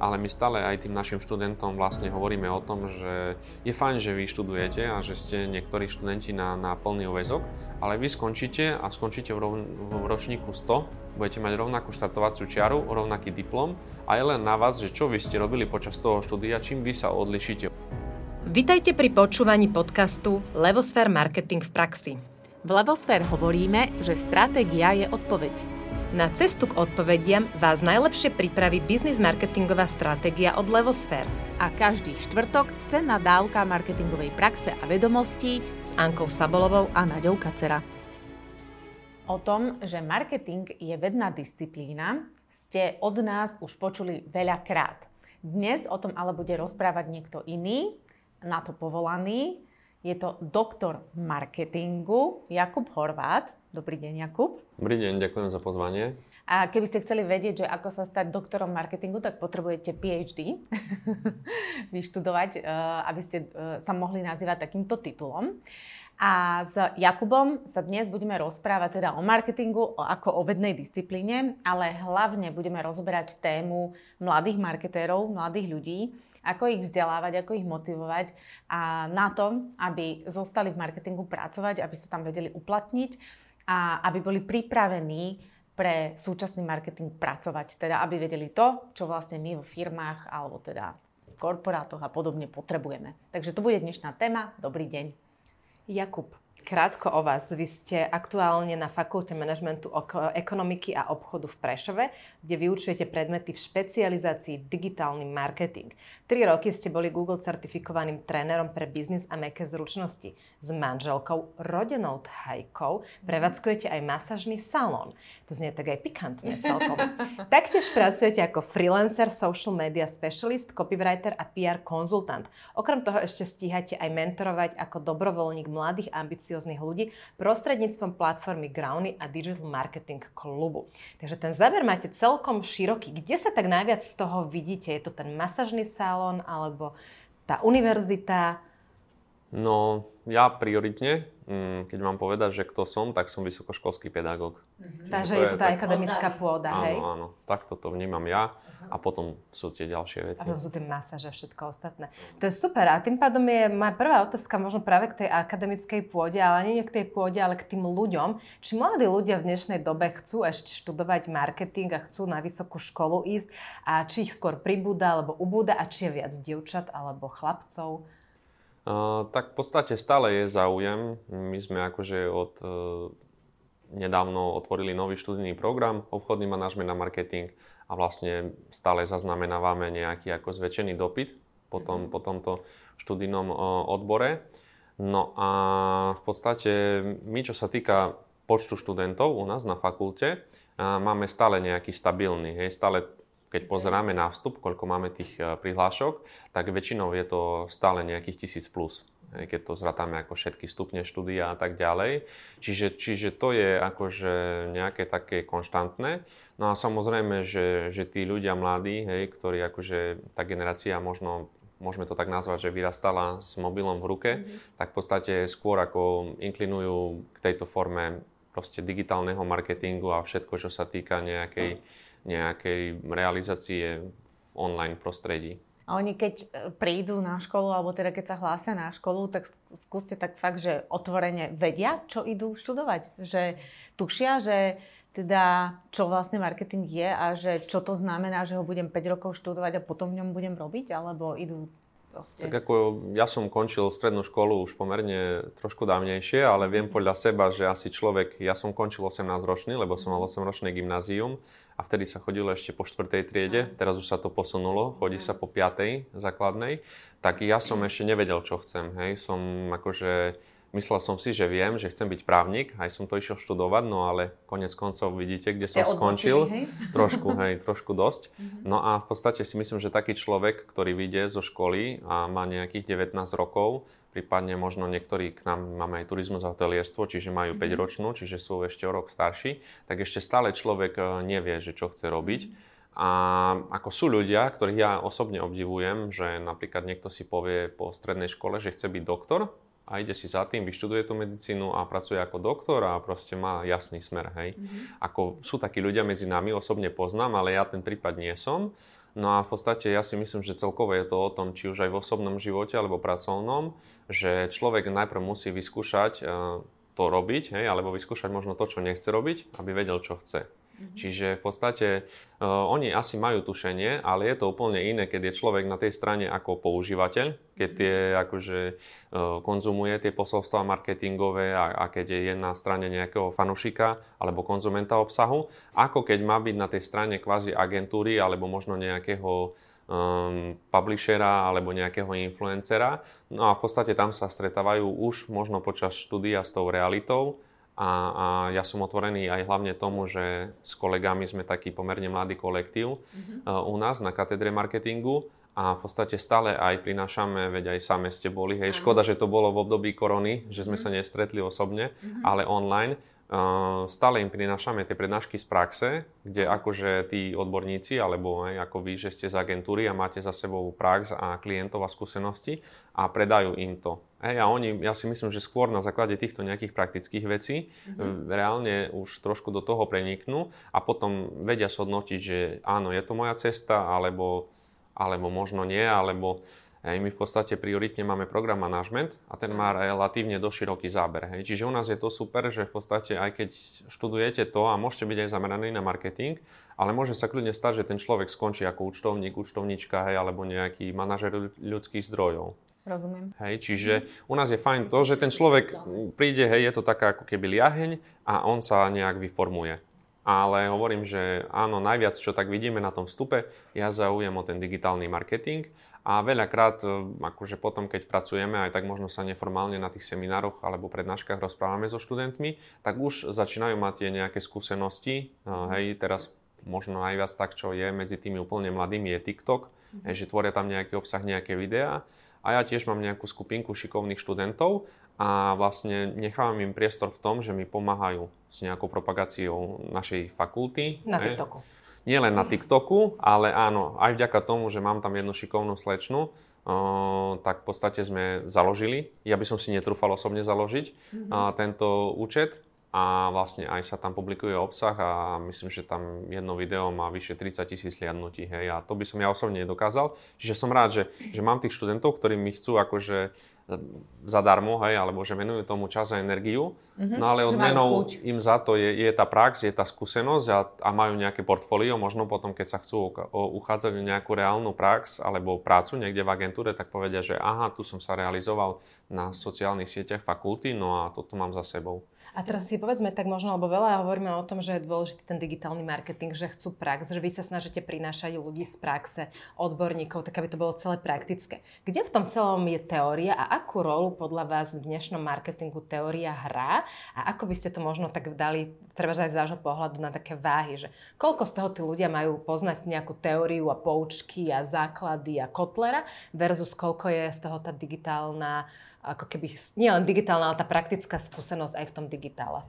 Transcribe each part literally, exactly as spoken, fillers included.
ale my stále aj tým našim študentom vlastne hovoríme o tom, že je fajn, že vy študujete a že ste niektorí študenti na, na plný úväzok, ale vy skončíte a skončíte v, rov, v ročníku sto, budete mať rovnakú štartovaciu čiaru, rovnaký diplom a je len na vás, že čo vy ste robili počas toho štúdia, čím vy sa odlišíte. Vitajte pri počúvaní podcastu Levosfér marketing v praxi. V Levosfér hovoríme, že stratégia je odpoveď. Na cestu k odpovediam vás najlepšie pripraví biznis marketingová stratégia od Levosfér. A každý štvrtok cenná dávka marketingovej praxe a vedomostí s Ankou Sabolovou a Naďou Kacera. O tom, že marketing je vedná disciplína, ste od nás už počuli veľakrát. Dnes o tom ale bude rozprávať niekto iný, na to povolaný. Je to doktor marketingu Jakub Horváth. Dobrý deň, Jakub. Dobrý deň, ďakujem za pozvanie. A keby ste chceli vedieť, že ako sa stať doktorom marketingu, tak potrebujete PhD vyštudovať, aby ste sa mohli nazývať takýmto titulom. A s Jakubom sa dnes budeme rozprávať teda o marketingu ako o vednej disciplíne, ale hlavne budeme rozoberať tému mladých marketérov, mladých ľudí, ako ich vzdelávať, ako ich motivovať a na to, aby zostali v marketingu pracovať, aby sa tam vedeli uplatniť a aby boli pripravení pre súčasný marketing pracovať. Teda aby vedeli to, čo vlastne my vo firmách alebo teda v korporátoch a podobne potrebujeme. Takže to bude dnešná téma. Dobrý deň. Jakub, krátko o vás. Vy ste aktuálne na Fakulte manažmentu ekonomiky a obchodu v Prešove, kde vyučujete predmety v špecializácii digitálny marketing. Tri roky ste boli Google certifikovaným trénerom pre biznis a mäkké zručnosti. S manželkou, rodenou Thajkou, prevádzkujete aj masážny salón. To znie tak aj pikantne celkom. Taktiež pracujete ako freelancer, social media specialist, copywriter a pé er konzultant. Okrem toho ešte stíhate aj mentorovať ako dobrovoľník mladých ambicióznych ľudí prostredníctvom platformy Growny a Digital Marketing klubu. Takže ten záber máte celkom široký. Kde sa tak najviac z toho vidíte? Je to ten masážny salón alebo tá univerzita? No, ja prioritne, keď mám povedať, že kto som, tak som vysokoškolský pedagóg. Mhm. Takže je to tá tak akademická pôda, hej? Áno, áno. Takto to vnímam ja. A potom sú tie ďalšie veci. A potom sú tie masáže a všetko ostatné. To je super. A tým pádom je moja prvá otázka možno práve k tej akademickej pôde, ale nie k tej pôde, ale k tým ľuďom. Či mladí ľudia v dnešnej dobe chcú ešte študovať marketing a chcú na vysokú školu ísť a či ich skôr pribúda alebo ubúda a či je viac dievčat alebo chlapcov? Uh, tak v podstate stále je záujem. My sme akože od uh, nedávno otvorili nový študijný program, obchodný manažment a marketing a vlastne stále zaznamenávame nejaký ako zväčšený dopyt po, tom, po tomto študijnom uh, odbore. No a v podstate my, čo sa týka počtu študentov u nás na fakulte, uh, máme stále nejaký stabilný, hej, stále. Keď pozeráme na vstup, koľko máme tých prihlášok, tak väčšinou je to stále nejakých tisíc plus. Keď to zrátame ako všetky stupne štúdia a tak ďalej. Čiže, čiže to je akože nejaké také konštantné. No a samozrejme, že, že tí ľudia mladí, hej, ktorí akože tá generácia možno, môžeme to tak nazvať, že vyrastala s mobilom v ruke, mm-hmm. tak v podstate skôr ako inklinujú k tejto forme proste digitálneho marketingu a všetko, čo sa týka nejakej nejakej realizácie v online prostredí. A oni keď prídu na školu, alebo teda keď sa hlásia na školu, tak skúste tak fakt, že otvorene vedia, čo idú študovať. Že tušia, že teda čo vlastne marketing je a že čo to znamená, že ho budem päť rokov študovať a potom v ňom budem robiť, alebo idú proste... Tak ako ja som končil strednú školu už pomerne trošku dávnejšie, ale viem podľa seba, že asi človek, ja som končil osemnásťročný, lebo som mal osemročné gymnázium a vtedy sa chodilo ešte po štvrtej triede, teraz už sa to posunulo, chodí sa po piatej základnej, tak ja som ešte nevedel, čo chcem, hej, som akože... Myslel som si, že viem, že chcem byť právnik, aj som to išiel študovať, no ale konec koncov vidíte, kde som skončil. Hej? Trošku, hej, trošku dosť. No a v podstate si myslím, že taký človek, ktorý vyjde zo školy a má nejakých devätnásť rokov, prípadne možno niektorí k nám máme aj turizmus a hotelierstvo, čiže majú päťročnú, čiže sú ešte o rok starší, tak ešte stále človek nevie, že čo chce robiť. A ako sú ľudia, ktorých ja osobne obdivujem, že napríklad niekto si povie po strednej škole, že chce byť doktor, a ide si za tým, vyštuduje tú medicínu a pracuje ako doktor a proste má jasný smer, hej. Mm-hmm. Ako sú takí ľudia medzi nami, osobne poznám, ale ja ten prípad nie som. No a v podstate ja si myslím, že celkovo je to o tom, či už aj v osobnom živote alebo pracovnom, že človek najprv musí vyskúšať to robiť, hej, alebo vyskúšať možno to, čo nechce robiť, aby vedel, čo chce. Mm-hmm. Čiže v podstate uh, oni asi majú tušenie, ale je to úplne iné, keď je človek na tej strane ako používateľ, keď tie, akože, uh, konzumuje tie posolstvá marketingové a, a keď je na strane nejakého fanušika alebo konzumenta obsahu, ako keď má byť na tej strane kvázi agentúry alebo možno nejakého um, publishera alebo nejakého influencera. No a v podstate tam sa stretávajú už možno počas štúdia s tou realitou. A, a ja som otvorený aj hlavne tomu, že s kolegami sme taký pomerne mladý kolektív mm-hmm. uh, u nás na katedre marketingu a v podstate stále aj prinášame, veď aj same ste boli, hej, škoda, že to bolo v období korony, že sme mm-hmm. sa nestretli osobne, mm-hmm. ale online. Uh, stále im prinášame tie prednášky z praxe, kde akože tí odborníci, alebo aj ako vy, že ste z agentúry a máte za sebou prax a klientov a skúsenosti a predajú im to. Hej, a oni, ja si myslím, že skôr na základe týchto nejakých praktických vecí mm-hmm. reálne už trošku do toho preniknú a potom vedia shodnotiť, že áno, je to moja cesta, alebo, alebo možno nie, alebo hej, my v podstate prioritne máme program management a ten má relatívne dosť široký záber. Hej. Čiže u nás je to super, že v podstate aj keď študujete to a môžete byť aj zameraní na marketing, ale môže sa kľudne stať, že ten človek skončí ako účtovník, účtovníčka, hej, alebo nejaký manažer ľudských zdrojov. Rozumiem. Hej, čiže u nás je fajn to, že ten človek príde, hej, je to taká ako keby liaheň a on sa nejak vyformuje. Ale hovorím, že áno, najviac, čo tak vidíme na tom vstupe, ja záujem o ten digitálny marketing a veľakrát, akože potom, keď pracujeme, aj tak možno sa neformálne na tých seminároch alebo prednáškach rozprávame so študentmi, tak už začínajú mať tie nejaké skúsenosti. Hej, teraz možno najviac tak, čo je medzi tými úplne mladými, je TikTok, mm-hmm. hej, že tvoria tam nejaký obsah, nejaké videá. A ja tiež mám nejakú skupinku šikovných študentov a vlastne nechávam im priestor v tom, že mi pomáhajú s nejakou propagáciou našej fakulty. Na ne? TikToku. Nie len na TikToku, ale áno, aj vďaka tomu, že mám tam jednu šikovnú slečnu, uh, tak v podstate sme založili, ja by som si netrúfal osobne založiť mm-hmm. uh, tento účet. A vlastne aj sa tam publikuje obsah a myslím, že tam jedno video má vyše tridsať tisíc hliadnutí, hej, a to by som ja osobne nedokázal. Čiže som rád, že, že mám tých študentov, ktorí mi chcú akože zadarmo, hej, alebo že venujú tomu čas a energiu, mm-hmm. no ale odmenou im za to je, je tá prax, je tá skúsenosť a, a majú nejaké portfólio, možno potom, keď sa chcú uchádzať o nejakú reálnu prax alebo prácu niekde v agentúre, tak povedia, že aha, tu som sa realizoval na sociálnych sieťach fakulty, no a toto mám za sebou. A teraz si povedzme tak možno, lebo veľa hovoríme o tom, že je dôležitý ten digitálny marketing, že chcú prax, že vy sa snažíte prinášať ľudí z praxe, odborníkov, tak aby to bolo celé praktické. Kde v tom celom je teória a akú rolu podľa vás v dnešnom marketingu teória hrá a ako by ste to možno tak dali, treba aj z vášho pohľadu na také váhy, že koľko z toho tí ľudia majú poznať nejakú teóriu a poučky a základy a Kotlera versus koľko je z toho tá digitálna, ako keby, nie len digitálna, ale tá praktická skúsenosť aj v tom digitále?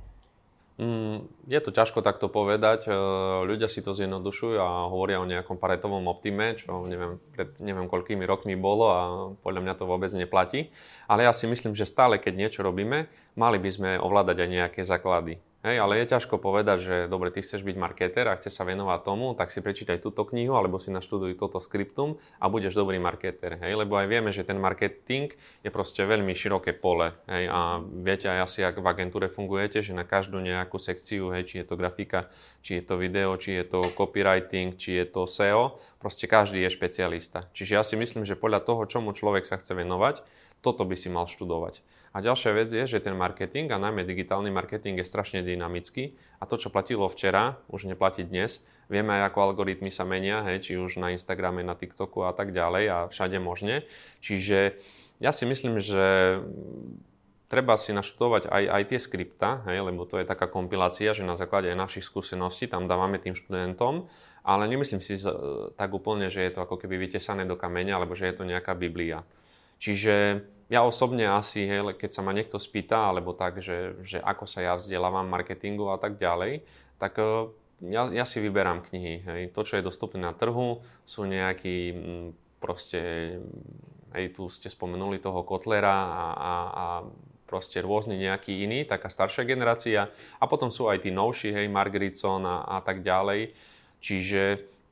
Mm, je to ťažko takto povedať. Ľudia si to zjednodušujú a hovoria o nejakom paretovom optime, čo neviem, pred neviem koľkými rokmi bolo a podľa mňa to vôbec neplatí. Ale ja si myslím, že stále, keď niečo robíme, mali by sme ovládať aj nejaké základy. Hej, ale je ťažko povedať, že dobre, ty chceš byť marketér a chceš sa venovať tomu, tak si prečítaj túto knihu alebo si naštuduj toto skriptum a budeš dobrý marketér. Hej, lebo aj vieme, že ten marketing je proste veľmi široké pole. Hej, a viete aj asi, ak v agentúre fungujete, že na každú nejakú sekciu, hej, či je to grafika, či je to video, či je to copywriting, či je to es e o, proste každý je špecialista. Čiže ja si myslím, že podľa toho, čomu človek sa chce venovať, toto by si mal študovať. A ďalšia vec je, že ten marketing, a najmä digitálny marketing, je strašne dynamický a to, čo platilo včera, už neplatí dnes. Vieme aj, ako algoritmy sa menia, hej, či už na Instagrame, na TikToku a tak ďalej a všade možne. Čiže ja si myslím, že treba si naštudovať aj, aj tie skripta, hej, lebo to je taká kompilácia, že na základe našich skúseností tam dávame tým študentom, ale nemyslím si tak úplne, že je to ako keby vytesané do kameňa, alebo že je to nejaká Biblia. Čiže ja osobne asi, hej, keď sa ma niekto spýta, alebo tak, že, že ako sa ja vzdelávam marketingu a tak ďalej, tak ja, ja si vyberám knihy. Hej. To, čo je dostupné na trhu, sú nejaký proste, hej, tu ste spomenuli toho Kotlera a, a, a proste rôzny nejaký iný, taká staršia generácia. A potom sú aj tí novší, hej, Mark Ritson a, a tak ďalej. Čiže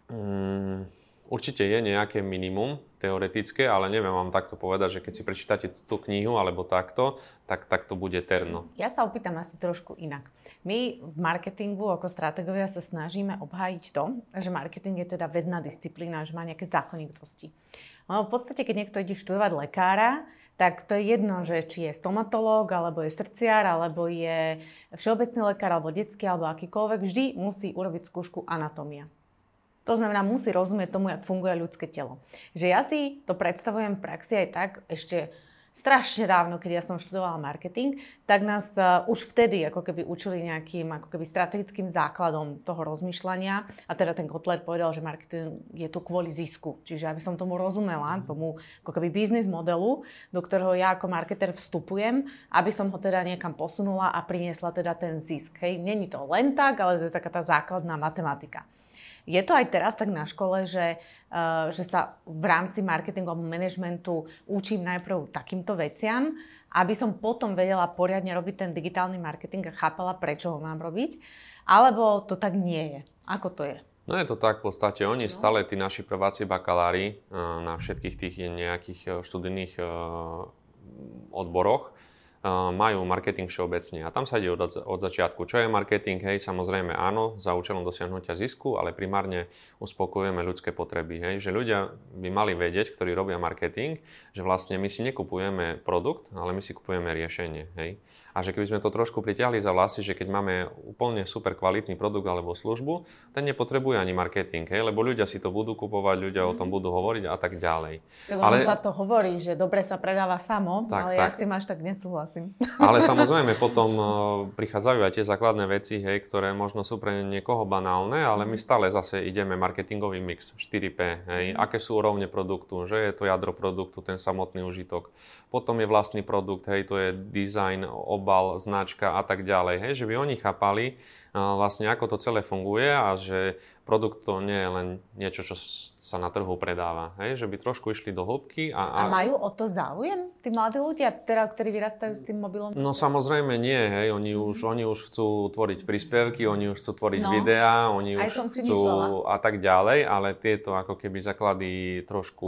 Mm, určite je nejaké minimum teoretické, ale neviem vám takto povedať, že keď si prečítate tú knihu alebo takto, tak, tak to bude terno. Ja sa opýtam asi trošku inak. My v marketingu ako stratégovia sa snažíme obhájiť to, že marketing je teda vedná disciplína, že má nejaké zákonitosti. No, v podstate, keď niekto ide študovať lekára, tak to je jedno, že či je stomatológ, alebo je srdciar, alebo je všeobecný lekár, alebo detský, alebo akýkoľvek, vždy musí urobiť skúšku anatómia. To znamená, musí rozumieť tomu, jak funguje ľudské telo. Že ja si to predstavujem v praxi aj tak, ešte strašne dávno, keď ja som študovala marketing, tak nás uh, už vtedy ako keby učili nejakým ako keby strategickým základom toho rozmýšľania. A teda ten Kotler povedal, že marketing je tu kvôli zisku. Čiže aby som tomu rozumela, tomu ako keby biznis modelu, do ktorého ja ako marketer vstupujem, aby som ho teda niekam posunula a priniesla teda ten zisk. Hej, není to len tak, ale to je taká tá základná matematika. Je to aj teraz tak na škole, že, uh, že sa v rámci marketingu alebo manažmentu učím najprv takýmto veciam, aby som potom vedela poriadne robiť ten digitálny marketing a chápala, prečo ho mám robiť, alebo to tak nie je. Ako to je? No je to tak, v podstate oni no. stále, tí naši prváci bakalári uh, na všetkých tých nejakých študijných uh, odboroch, majú marketing všeobecne a tam sa ide od, od začiatku. Čo je marketing? Hej, samozrejme áno, za účelom dosiahnutia zisku, ale primárne uspokojujeme ľudské potreby. Hej, že ľudia by mali vedieť, ktorí robia marketing, že vlastne my si nekupujeme produkt, ale my si kupujeme riešenie. Hej. A že keby sme to trošku pritiahli za vlasy, že keď máme úplne super kvalitný produkt alebo službu, ten nepotrebuje ani marketing, hej, lebo ľudia si to budú kupovať, ľudia mm. o tom budú hovoriť a tak ďalej. Tak ale sa to hovorí, že dobre sa predáva samo, tak, ale tak. Ja s tým až tak nesúhlasím. Ale samozrejme potom uh, prichádzajú aj tie základné veci, hej, ktoré možno sú pre niekoho banálne, ale my stále zase ideme marketingový mix, štyri pé, hej, mm. aké sú úrovne produktu, že je to jadro produktu, ten samotný užitok. Potom je vlastný produkt, hej, to je design, obal, značka a tak ďalej, hej, že by oni chápali uh, vlastne ako to celé funguje a že produkt to nie je len niečo, čo sa na trhu predáva, hej, že by trošku išli do hĺbky. A, a... a majú o to záujem, tí mladí ľudia, teda, ktorí vyrastajú s tým mobilom? No samozrejme nie, hej, oni už, mm. oni už chcú tvoriť príspevky, oni už chcú tvoriť no. videá, oni už chcú a tak ďalej, ale tieto ako keby základy trošku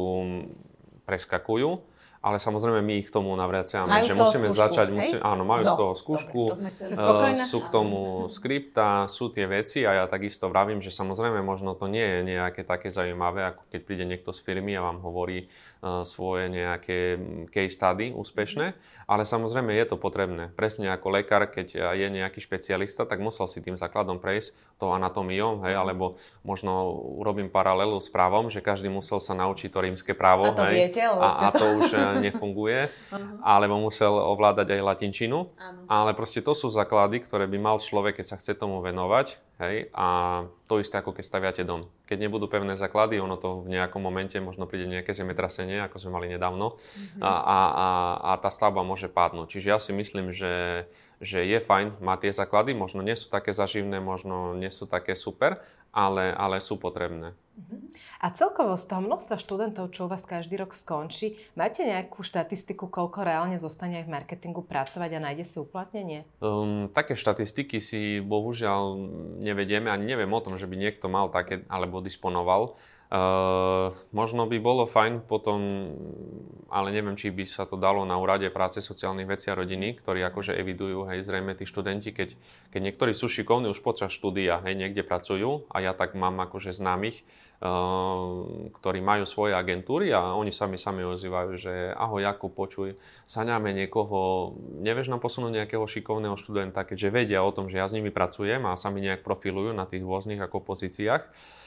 preskakujú. Ale samozrejme my ich k tomu navraciame, že musíme skúšku, začať, musí, áno, majú no, z toho skúšku, dobre, sú k tomu skripta, sú tie veci a ja takisto vravím, že samozrejme možno to nie je nejaké také zaujímavé, ako keď príde niekto z firmy a vám hovorí uh, svoje nejaké case study úspešné, ale samozrejme je to potrebné. Presne ako lekár, keď je nejaký špecialista, tak musel si tým základom prejsť tou anatómiou, hej, alebo možno urobím paralelu s právom, že každý musel sa naučiť to rímske právo, a to, hej, viete, a, a to už nefunguje, uh-huh. alebo musel ovládať aj latinčinu, uh-huh. ale proste to sú základy, ktoré by mal človek, keď sa chce tomu venovať, hej, a to isté ako keď staviate dom. Keď nebudú pevné základy, ono to v nejakom momente možno príde nejaké zemetrasenie, ako sme mali nedávno, uh-huh. a, a, a, a tá stavba môže padnúť. Čiže ja si myslím, že, že je fajn mať tie základy, možno nie sú také zaživné, možno nie sú také super, ale, ale sú potrebné. Uh-huh. A celkovo z toho množstva študentov, čo u vás každý rok skončí, máte nejakú štatistiku, koľko reálne zostane aj v marketingu pracovať a nájde si uplatnenie? Um, také štatistiky si bohužiaľ nevedieme, ani neviem o tom, že by niekto mal také, alebo disponoval. Uh, možno by bolo fajn potom, ale neviem, či by sa to dalo na úrade práce, sociálnych vecí a rodiny, ktorí akože evidujú, hej, zrejme tí študenti, keď, keď niektorí sú šikovní už počas štúdia, hej, niekde pracujú a ja tak mám akože známych, uh, ktorí majú svoje agentúry a oni sami sami ozývajú, že ahoj Jakub, počuj, saňáme niekoho, nevieš nám posunúť nejakého šikovného študenta, keďže vedia o tom, že ja s nimi pracujem a sami nejak profilujú na tých rôznych ako pozíciách.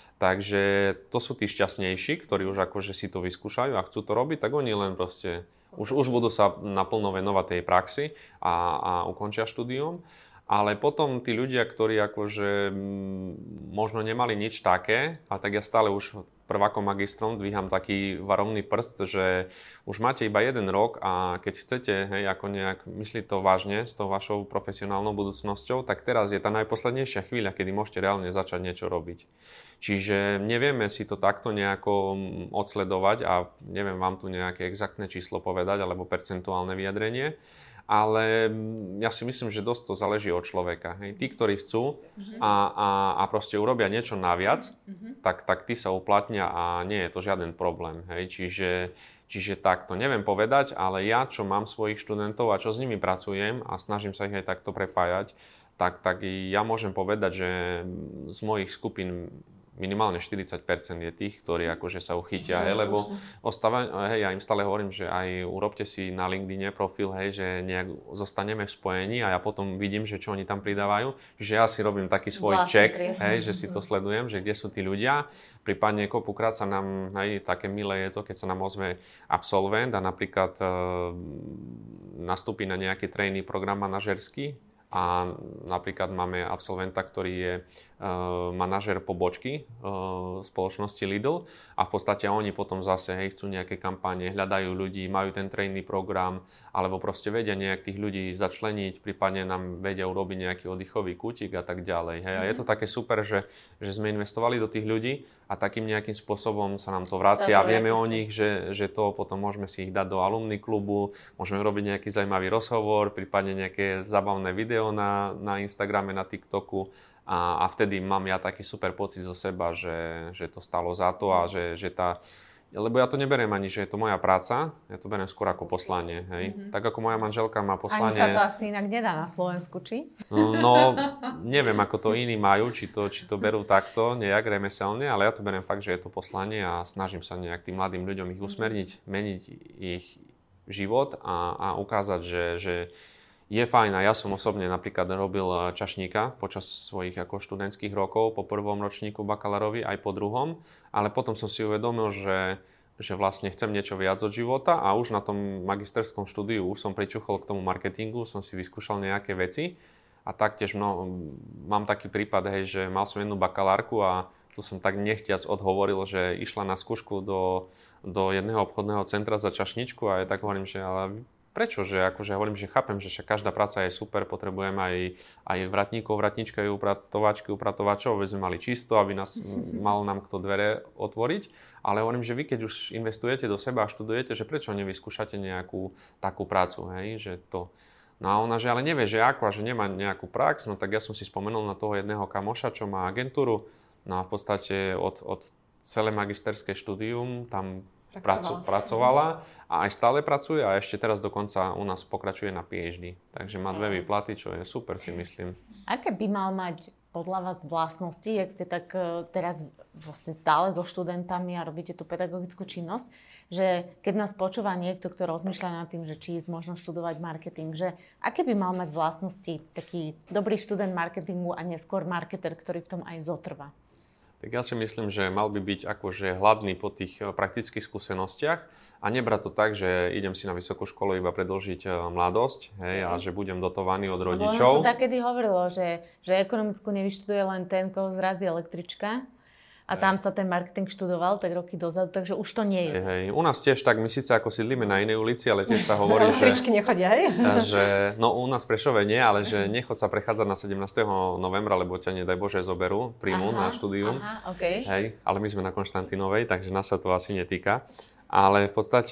Takže to sú tí šťastnejší, ktorí už akože si to vyskúšajú a chcú to robiť, tak oni len proste už, už budú sa naplno venovať tej praxi a, a ukončia štúdium. Ale potom tí ľudia, ktorí akože možno nemali nič také, a tak ja stále už prvákom magistrom dvíham taký varovný prst, že už máte iba jeden rok a keď chcete, hej, ako nejak myslieť to vážne s tou vašou profesionálnou budúcnosťou, tak teraz je tá najposlednejšia chvíľa, kedy môžete reálne začať niečo robiť. Čiže nevieme si to takto nejako odsledovať a neviem vám tu nejaké exaktné číslo povedať alebo percentuálne vyjadrenie, ale ja si myslím, že dosť to záleží od človeka. Hej. Tí, ktorí chcú a, a, a proste urobia niečo naviac, tak, tak tí sa uplatnia a nie je to žiaden problém. Hej. Čiže, čiže tak to neviem povedať, ale ja, čo mám svojich študentov a čo s nimi pracujem a snažím sa ich aj takto prepájať, tak, tak ja môžem povedať, že z mojich skupín minimálne štyridsať percent je tých, ktorí akože sa uchytia, hej, lebo ostáva, hej, ja im stále hovorím, že aj urobte si na LinkedIne profil, hej, že nejak zostaneme v spojení a ja potom vidím, že čo oni tam pridávajú, že ja si robím taký svoj Vlastne check, priesne. hej, že si to sledujem, že kde sú tí ľudia, prípadne kopukrát sa nám, hej, také milé je to, keď sa nám ozve absolvent a napríklad e, nastúpi na nejaký trainee program manažerský, a napríklad máme absolventa, ktorý je uh, manažér pobočky uh, spoločnosti Lidl a v podstate oni potom zase hej, chcú nejaké kampáne, hľadajú ľudí, majú ten trainee program alebo proste vedia nejak tých ľudí začleniť, prípadne nám vedia urobiť nejaký oddychový kútik a tak ďalej. Hej. A je to také super, že, že sme investovali do tých ľudí a takým nejakým spôsobom sa nám to vracia a vieme o nich, že, že to potom môžeme si ich dať do alumny klubu, môžeme robiť nejaký zaujímavý rozhovor, prípadne nejaké zabavné video na, na Instagrame, na TikToku a, a vtedy mám ja taký super pocit zo seba, že, že to stalo za to a že, že tá, lebo ja to neberiem ani, že je to moja práca, ja to beriem skôr ako poslanie, hej. Mm-hmm. Tak ako moja manželka má poslanie... Ani sa to asi inak nedá na Slovensku, či? No, no neviem, ako to iní majú, či to, či to berú takto, nejak remeselne, ale ja to beriem fakt, že je to poslanie a snažím sa nejak tým mladým ľuďom ich usmerniť, meniť ich život a, a ukázať, že, že je fajn a ja som osobne napríklad robil čašníka počas svojich ako študentských rokov po prvom ročníku bakalárovi aj po druhom, ale potom som si uvedomil, že, že vlastne chcem niečo viac od života a už na tom magisterskom štúdiu už som pričuchol k tomu marketingu, som si vyskúšal nejaké veci a taktiež no, mám taký prípad, hej, že mal som jednu bakalárku a tu som tak nechtiac odhovoril, že išla na skúšku do, do jedného obchodného centra za čašničku a ja tak hovorím, že ale prečo? Že akože hovorím, že chápem, že každá práca je super, potrebujem aj, aj vratníkov, vratníčky, upratovačky, upratovačov, aby sme mali čisto, aby nás mal nám kto dvere otvoriť. Ale hovorím, že vy keď už investujete do seba a študujete, že prečo nevyskúšate nejakú takú prácu, hej, že to... No a ona, že ale nevie, že ako a že nemá nejakú prax, no tak ja som si spomenul na toho jedného kamoša, čo má agentúru, no a v podstate od, od celé magisterské štúdium tam Pracu, pracovala a aj stále pracuje a ešte teraz dokonca u nás pokračuje na PhD. Takže má dve výplaty, čo je super, si myslím. Aké by mal mať podľa vás vlastnosti, jak ste tak teraz vlastne stále so študentami a robíte tú pedagogickú činnosť, že keď nás počúva niekto, kto rozmýšľa nad tým, že či ísť možno študovať marketing, že aké by mal mať vlastnosti taký dobrý študent marketingu a neskôr marketer, ktorý v tom aj zotrvá? Tak ja si myslím, že mal by byť akože hladný po tých praktických skúsenostiach a nebrať to tak, že idem si na vysokú školu iba predĺžiť mladosť, hej, a že budem dotovaný od rodičov. Lebo ono sa takedy hovorilo, že, že ekonomickú nevyštuduje len ten, koho zrazí električka. A tam sa ten marketing študoval tak roky dozadu, takže už to nie je. Hej, u nás tiež tak, my síce ako sídlime na inej ulici, ale tiež sa hovorí, že... Električky nechodia, hej? že... No u nás v Prešove nie, ale že nechod sa prechádzať na sedemnásteho novembra, lebo ťa nedaj Bože zoberú, príjmu na štúdium. Aha, okay. Hej, ale my sme na Konštantínovej, takže nás sa to asi netýka. Ale v podstate...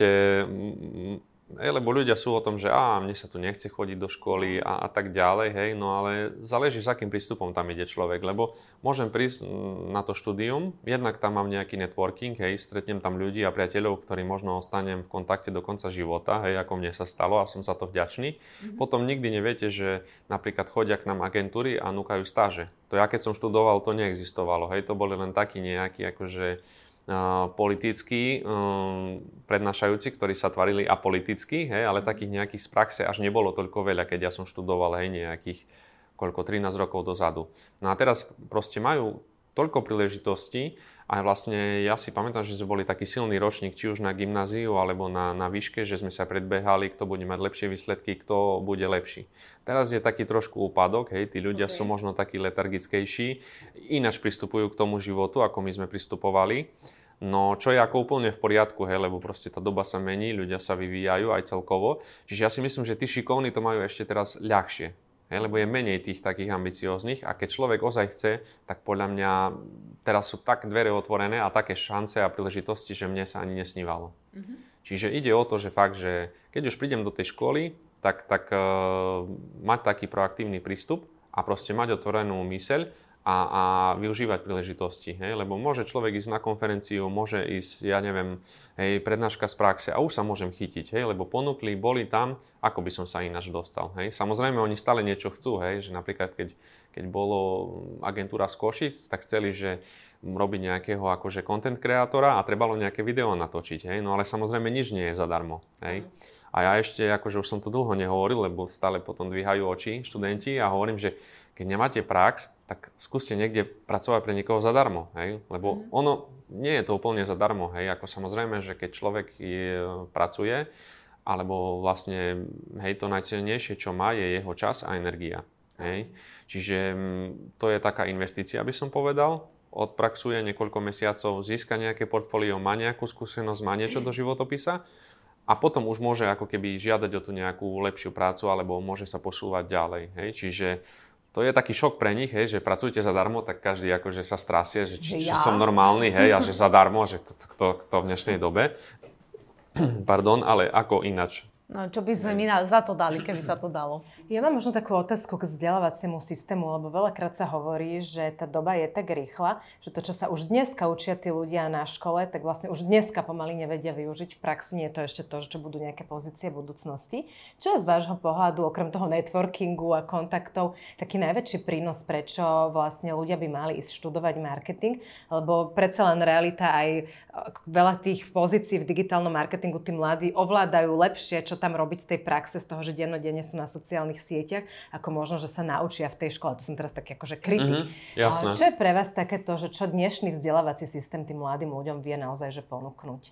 Hej, lebo ľudia sú o tom, že á, mne sa tu nechce chodiť do školy a, a tak ďalej, hej, no ale záleží, s akým prístupom tam ide človek, lebo môžem prísť na to štúdium, jednak tam mám nejaký networking, hej, stretnem tam ľudí a priateľov, ktorí možno ostanem v kontakte do konca života, hej, ako mne sa stalo a som za to vďačný. Mm-hmm. Potom nikdy neviete, že napríklad chodia k nám agentúry a núkajú stáže. To ja keď som študoval, to neexistovalo, hej, to boli len takí nejakí akože politickí um, prednášajúci, ktorí sa tvarili apoliticky, hej, ale takých nejakých z praxe až nebolo toľko veľa, keď ja som študoval, hej, nejakých koľko, trinásť rokov dozadu. No a teraz proste majú toľko príležitostí a vlastne ja si pamätám, že sme boli taký silný ročník, či už na gymnáziu alebo na, na výške, že sme sa predbehali, kto bude mať lepšie výsledky, kto bude lepší. Teraz je taký trošku úpadok, hej, tí ľudia okay. sú možno takí letargickejší, ináč pristupujú k tomu životu, ako my sme pristupovali. No, čo je ako úplne v poriadku, hej, lebo proste tá doba sa mení, ľudia sa vyvíjajú aj celkovo. Čiže ja si myslím, že tí šikovní to majú ešte teraz ľahšie, hej, lebo je menej tých takých ambicióznych a keď človek ozaj chce, tak podľa mňa teraz sú tak dvere otvorené a také šance a príležitosti, že mne sa ani nesnívalo. Mm-hmm. Čiže ide o to, že fakt, že keď už prídem do tej školy, tak, tak uh, mať taký proaktívny prístup a proste mať otvorenú myseľ a, a využívať príležitosti, hej? Lebo môže človek ísť na konferenciu, môže ísť, ja neviem, hej, prednáška z praxe a už sa môžem chytiť, hej? Lebo ponúkli, boli tam, ako by som sa ináč dostal, hej? Samozrejme, oni stále niečo chcú, hej? Že napríklad, keď, keď bolo agentúra z Košic, tak chceli, že robiť nejakého akože content kreatora a trebalo nejaké video natočiť, hej? No ale samozrejme nič nie je zadarmo, hej? A ja ešte, akože už som to dlho nehovoril, lebo stále potom dvíhajú oči študenti a hovorím, že keď nemáte prax, tak skúste niekde pracovať pre niekoho zadarmo, hej? Lebo mm. ono nie je to úplne zadarmo, hej? Ako samozrejme, že keď človek je, pracuje, alebo vlastne, hej, to najcenejšie, čo má, je jeho čas a energia, hej? Čiže to je taká investícia, by som povedal. Odpraxuje niekoľko mesiacov, získa nejaké portfólio, má nejakú skúsenosť, má niečo do životopisa a potom už môže ako keby žiadať o tú nejakú lepšiu prácu alebo môže sa posúvať ďalej, hej? Čiže to je taký šok pre nich, hej, že pracujete zadarmo, tak každý akože sa strasie, že či, či ja? som normálny, hej, a že zadarmo, že to, to, to v dnešnej dobe. Pardon, ale ako inač? No, čo by sme my za to dali, keby sa to dalo? Ja mám možno takú otázku k vzdelávaciemu systému, lebo veľakrát sa hovorí, že tá doba je tak rýchla, že to, čo sa už dneska učia tí ľudia na škole, tak vlastne už dneska pomaly nevedia využiť v praxi. Nie je to ešte to, čo budú nejaké pozície v budúcnosti. Čo je z vášho pohľadu, okrem toho networkingu a kontaktov, taký najväčší prínos, prečo vlastne ľudia by mali ísť študovať marketing? Lebo predsa len realita aj veľa tých pozícií v digitálnom marketingu tí mladí ovládajú lepšie, čo tam robiť z tej praxe, z toho, že dennodenne sú na sociálnych sieťach, ako možno, že sa naučia v tej škole. To som teraz taký akože kritik. Mm-hmm, jasné. Čo je pre vás takéto, že čo dnešný vzdelávací systém tým mladým ľuďom vie naozaj že ponúknuť?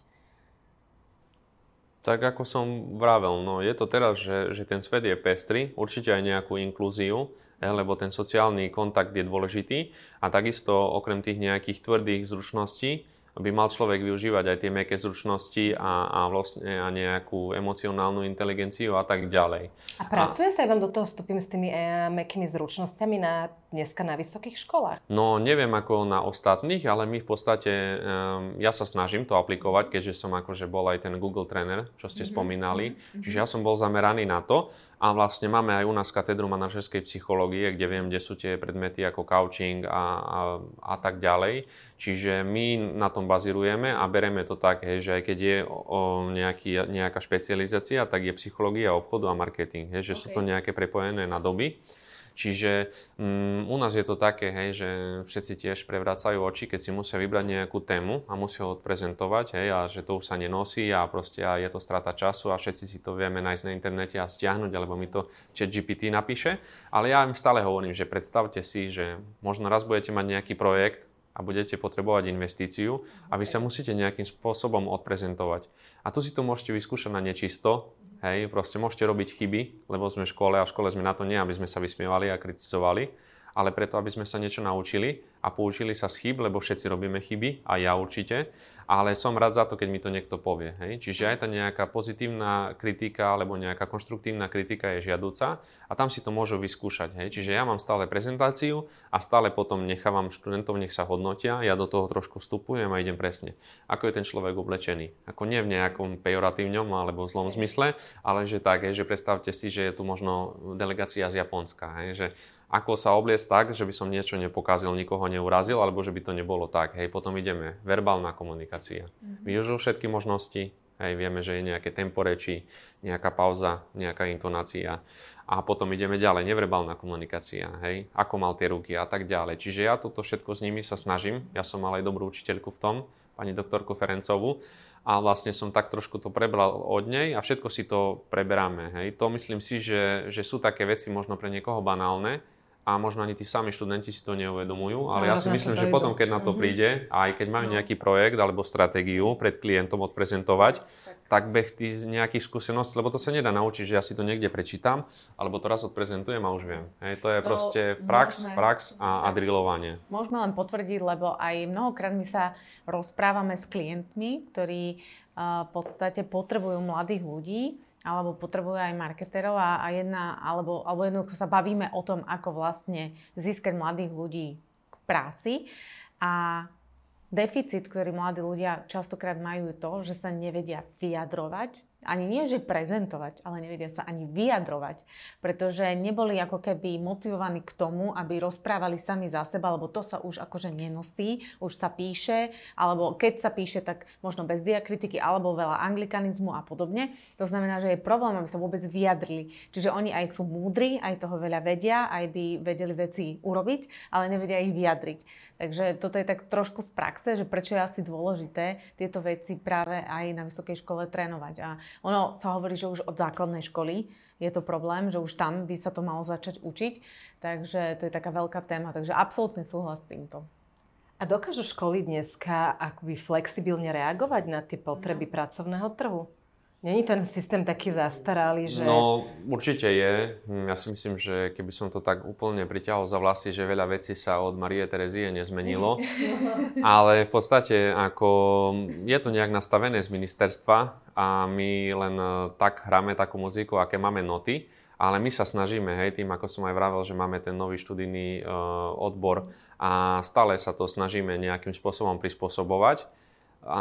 Tak ako som vravel, no je to teraz, že, že ten svet je pestrý, určite aj nejakú inklúziu, lebo ten sociálny kontakt je dôležitý a takisto okrem tých nejakých tvrdých zručností by mal človek využívať aj tie mäkké zručnosti a, a vlastne a nejakú emocionálnu inteligenciu a tak ďalej. A pracuje a... sa aj vám do toho vstupím s tými e, mäkkými zručnosťami na, dneska na vysokých školách? No neviem ako na ostatných, ale my v podstate, um, ja sa snažím to aplikovať, keďže som akože bol aj ten Google tréner, čo ste mm-hmm. spomínali. Mm-hmm. Čiže ja som bol zameraný na to. A vlastne máme aj u nás katedru manažerskej psychológie, kde viem, kde sú tie predmety ako coaching a, a, a tak ďalej. Čiže my na tom bazírujeme a bereme to tak, hej, že aj keď je o nejaký, nejaká špecializácia, tak je psychológia obchodu a marketing. Hej, že okay. sú to nejaké prepojené na doby. Čiže um, u nás je to také, hej, že všetci tiež prevracajú oči, keď si musia vybrať nejakú tému a musia ho odprezentovať, hej, a že to už sa nenosí a proste a je to strata času a všetci si to vieme nájsť na internete a stiahnuť, alebo mi to ChatGPT napíše. Ale ja im stále hovorím, že predstavte si, že možno raz budete mať nejaký projekt a budete potrebovať investíciu a vy sa musíte nejakým spôsobom odprezentovať. A tu si to môžete vyskúšať na nečisto. Hej, proste môžete robiť chyby, lebo sme v škole a v škole sme na to nie, aby sme sa vysmievali a kritizovali, ale preto, aby sme sa niečo naučili a poučili sa z chyb, lebo všetci robíme chyby, a ja určite, ale som rád za to, keď mi to niekto povie. Hej. Čiže aj tá nejaká pozitívna kritika alebo nejaká konštruktívna kritika je žiaduca a tam si to môžu vyskúšať. Hej. Čiže ja mám stále prezentáciu a stále potom nechávam študentov, nech sa hodnotia, ja do toho trošku vstupujem a idem presne, ako je ten človek oblečený. Ako nie v nejakom pejoratívnom alebo v zlom zmysle, ale že tak, hej, že predstavte si, že je tu možno delegácia z Japonska, hej, že ako sa obliecť tak, že by som niečo nepokázil, nikoho neurazil, alebo že by to nebolo tak. Hej, potom ideme. Verbálna komunikácia. Mm-hmm. Využil všetky možnosti. Hej, vieme, že je nejaké tempo reči, nejaká pauza, nejaká intonácia. A potom ideme ďalej. Neverbálna komunikácia. Hej, ako mal tie ruky a tak ďalej. Čiže ja toto všetko s nimi sa snažím. Ja som mal aj dobrú učiteľku v tom, pani doktorku Ferencovú. A vlastne som tak trošku to prebral od nej a všetko si to preberáme. Hej. To myslím si, že, že sú také veci možno pre niekoho banálne, a možno ani tí sami študenti si to neuvedomujú, ale no, ja si myslím, že potom, keď na to príde, a aj keď majú nejaký projekt alebo stratégiu pred klientom odprezentovať, tak, tak beh tých nejakých skúseností, lebo to sa nedá naučiť, že ja si to niekde prečítam, alebo to raz odprezentujem a už viem. Hej, to je to proste prax, môžeme, prax a, a drillovanie. Môžeme len potvrdiť, lebo aj mnohokrát my sa rozprávame s klientmi, ktorí uh, v podstate potrebujú mladých ľudí, alebo potrebujú aj marketerov a, a jedna, alebo, alebo jednoducho sa bavíme o tom, ako vlastne získať mladých ľudí k práci. A deficit, ktorý mladí ľudia častokrát majú, je to, že sa nevedia vyjadrovať ani nie, že prezentovať, ale nevedia sa ani vyjadrovať, pretože neboli ako keby motivovaní k tomu, aby rozprávali sami za seba, lebo to sa už akože nenosí, už sa píše, alebo keď sa píše, tak možno bez diakritiky, alebo veľa anglikanizmu a podobne. To znamená, že je problém, aby sa vôbec vyjadrili. Čiže oni aj sú múdri, aj toho veľa vedia, aj by vedeli veci urobiť, ale nevedia ich vyjadriť. Takže toto je tak trošku z praxe, že prečo je asi dôležité tieto veci práve aj na vysokej škole trénovať. A ono sa hovorí, že už od základnej školy je to problém, že už tam by sa to malo začať učiť. Takže to je taká veľká téma. Takže absolútny súhlas s týmto. A dokážu školy dneska akoby flexibilne reagovať na tie potreby no. pracovného trhu? Není ten systém taký zastaralý, že... No, určite je. Ja si myslím, že keby som to tak úplne priťahol za vlasy, že veľa vecí sa od Marie Terezie nezmenilo. Ale v podstate ako je to nejak nastavené z ministerstva a my len tak hráme takú muziku, aké máme noty. Ale my sa snažíme, hej, tým ako som aj vravel, že máme ten nový študijný uh, odbor a stále sa to snažíme nejakým spôsobom prispôsobovať. A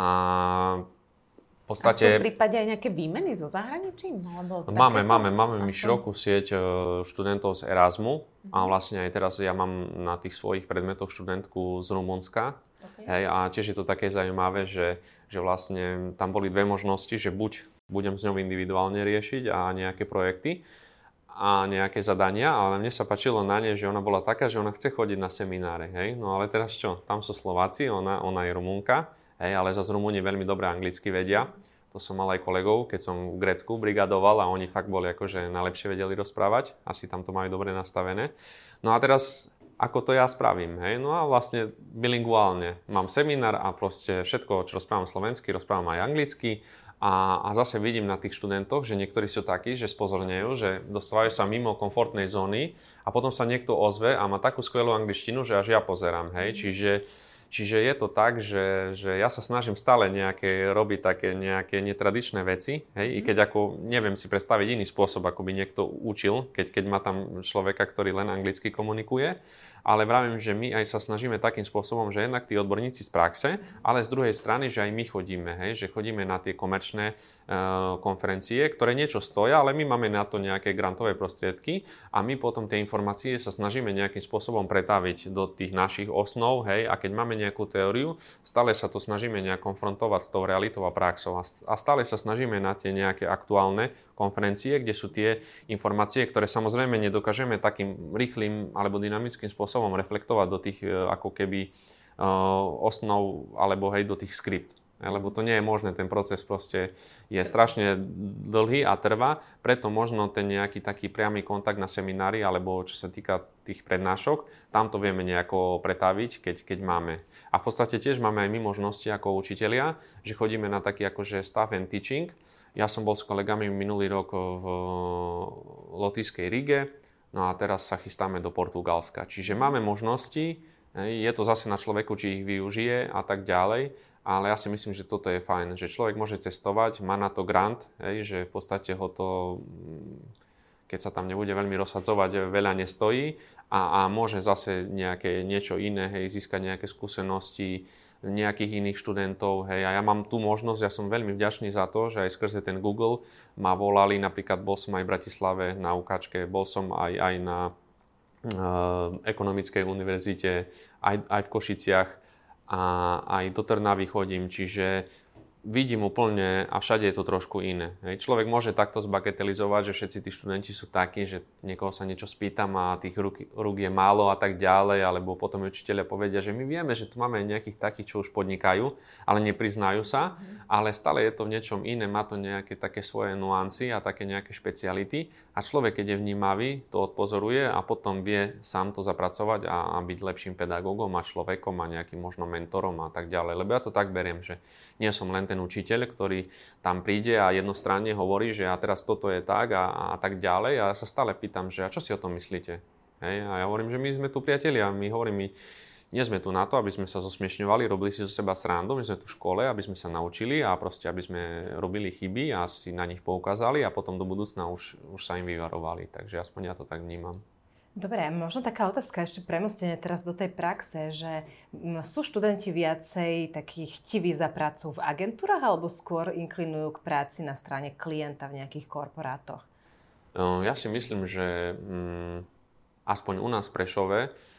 v podstate... A sú v prípade aj nejaké výmeny so zahraničím? No, máme, máme, máme my širokú sieť študentov z Erasmu uh-huh. a vlastne aj teraz ja mám na tých svojich predmetoch študentku z Rumunska. Okay. Hej, a tiež je to také zaujímavé, že, že vlastne tam boli dve možnosti, že buď budem s ňou individuálne riešiť a nejaké projekty a nejaké zadania, ale mne sa páčilo na nej, že ona bola taká, že ona chce chodiť na semináre. Hej? No ale teraz čo? Tam sú Slováci, ona, ona je Rumunka. Hej, ale zase Rumúni veľmi dobre anglicky vedia. To som mal aj kolegov, keď som v Grécku brigadoval a oni fakt boli akože najlepšie vedeli rozprávať. Asi tam to majú dobre nastavené. No a teraz, ako to ja spravím? Hej? No a vlastne bilinguálne. Mám seminár a proste všetko, čo rozprávam slovensky, rozprávam aj anglicky. A, a zase vidím na tých študentoch, že niektorí sú takí, že spozornejú, že dostávajú sa mimo komfortnej zóny a potom sa niekto ozve a má takú skvelú angličtinu, že až ja pozerám. Hej? Čiže Čiže je to tak, že, že ja sa snažím stále nejaké robiť také nejaké netradičné veci, hej, mm. i keď ako neviem si predstaviť iný spôsob, ako by niekto učil, keď, keď má tam človeka, ktorý len anglicky komunikuje. Ale vravím, že my aj sa snažíme takým spôsobom, že jednak tí odborníci z praxe, ale z druhej strany, že aj my chodíme, hej, že chodíme na tie komerčné uh, konferencie, ktoré niečo stoja, ale my máme na to nejaké grantové prostriedky a my potom tie informácie sa snažíme nejakým spôsobom pretaviť do tých našich osnov, hej, a keď máme nejakú teóriu, stále sa to snažíme nejak konfrontovať s tou realitou a praxou a stále sa snažíme na tie nejaké aktuálne konferencie, kde sú tie informácie, ktoré samozrejme nedokážeme takým rýchlym alebo dynamickým spôsobom reflektovať do tých ako keby osnov alebo hej do tých skript. Lebo to nie je možné, ten proces proste je strašne dlhý a trvá, preto možno ten nejaký taký priamy kontakt na seminári alebo čo sa týka tých prednášok, tam to vieme nejako pretaviť, keď, keď máme. A v podstate tiež máme aj my možnosti ako učitelia, že chodíme na taký akože staff and teaching. Ja som bol s kolegami minulý rok v Lotyšskej Rige, no a teraz sa chystáme do Portugalska. Čiže máme možnosti, je to zase na človeku, či ich využije a tak ďalej, ale ja si myslím, že toto je fajn, že človek môže cestovať, má na to grant, hej, že v podstate ho to, keď sa tam nebude veľmi rozsadzovať, veľa nestojí a, a môže zase nejaké niečo iné, hej, získať nejaké skúsenosti, nejakých iných študentov, hej, a ja mám tú možnosť, ja som veľmi vďačný za to, že aj skrze ten Google ma volali, napríklad bol som aj v Bratislave na ukáčke, bol som aj, aj na uh, ekonomickej univerzite, aj, aj v Košiciach a aj do Trnavy chodím, čiže vidím úplne a všade je to trošku iné. Hej. Človek môže takto zbagatelizovať, že všetci tí študenti sú takí, že niekoho sa niečo spýtam a tých rúk, rúk je málo a tak ďalej, alebo potom učitelia povedia, že my vieme, že tu máme nejakých takých, čo už podnikajú, ale nepriznajú sa, mm. ale stále je to v niečom iné, má to nejaké také svoje nuancy a také nejaké špeciality a človek, keď je vnímavý, to odpozoruje a potom vie sám to zapracovať a, a byť lepším pedagógom a človekom a nejakým možno mentorom a tak ďalej. Lebo ja to tak beriem, že nie som len ten učiteľ, ktorý tam príde a jednostranne hovorí, že a teraz toto je tak a, a tak ďalej. A ja sa stále pýtam, že a čo si o tom myslíte? Hej? A ja hovorím, že my sme tu priatelia, my hovorím, my nie sme tu na to, aby sme sa zosmiešňovali, robili si zo seba srandu, my sme tu v škole, aby sme sa naučili a proste, aby sme robili chyby a si na nich poukázali a potom do budúcna už, už sa im vyvarovali. Takže aspoň ja to tak vnímam. Dobre, možno taká otázka ešte premostenie teraz do tej praxe, že sú študenti viacej takí chtiví za prácu v agentúrach alebo skôr inklinujú k práci na strane klienta v nejakých korporátoch? Ja si myslím, že um, aspoň u nás v Prešove